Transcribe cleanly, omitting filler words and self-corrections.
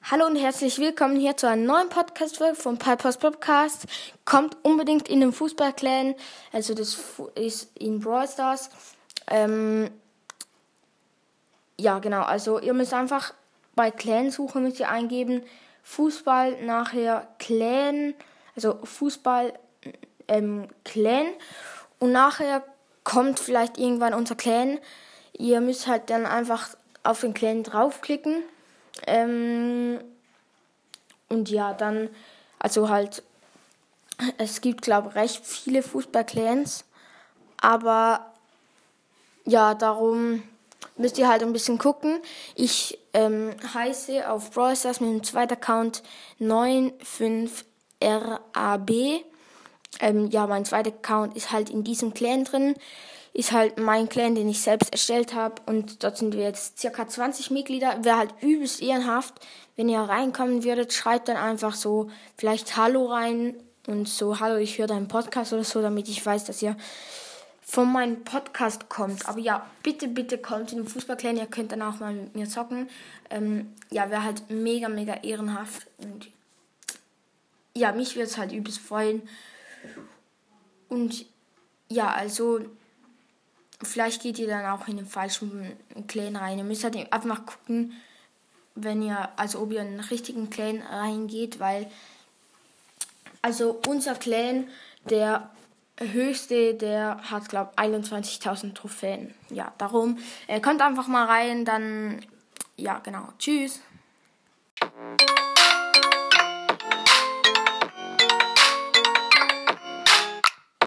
Hallo und herzlich willkommen hier zu einer neuen Podcast-Folge vom Piper's Podcast. Kommt unbedingt in den Fußball-Clan, also das ist in Brawl Stars. Ja genau, also ihr müsst einfach bei Clansuche müsst ihr eingeben, Fußball, nachher Clan, also Fußball, Clan und nachher kommt vielleicht irgendwann unser Clan. Ihr müsst halt dann einfach auf den Clan draufklicken. Und ja, dann, also halt, es gibt, glaube ich, recht viele Fußball-Clans, aber ja, darum müsst ihr halt ein bisschen gucken. Ich heiße auf Brawl Stars mit dem zweiten Account 95RAB. Ja, mein zweiter Account ist halt in diesem Clan drin. Ist halt mein Clan, den ich selbst erstellt habe. Und dort sind wir jetzt circa 20 Mitglieder. Wäre halt übelst ehrenhaft, wenn ihr reinkommen würdet. Schreibt dann einfach so vielleicht Hallo rein und so Hallo, ich höre deinen Podcast oder so, damit ich weiß, dass ihr von meinem Podcast kommt. Aber ja, bitte, bitte kommt in den Fußballclan. Ihr könnt dann auch mal mit mir zocken. Ja, wäre halt mega, mega ehrenhaft. Und ja, mich würde es halt übelst freuen. Und ja, also vielleicht geht ihr dann auch in den falschen Clan rein. Ihr müsst halt einfach gucken, wenn ihr, also ob ihr in den richtigen Clan reingeht, weil also unser Clan, der höchste, der hat, glaube ich, 21.000 Trophäen. Ja, darum, kommt einfach mal rein, dann, ja, genau, tschüss.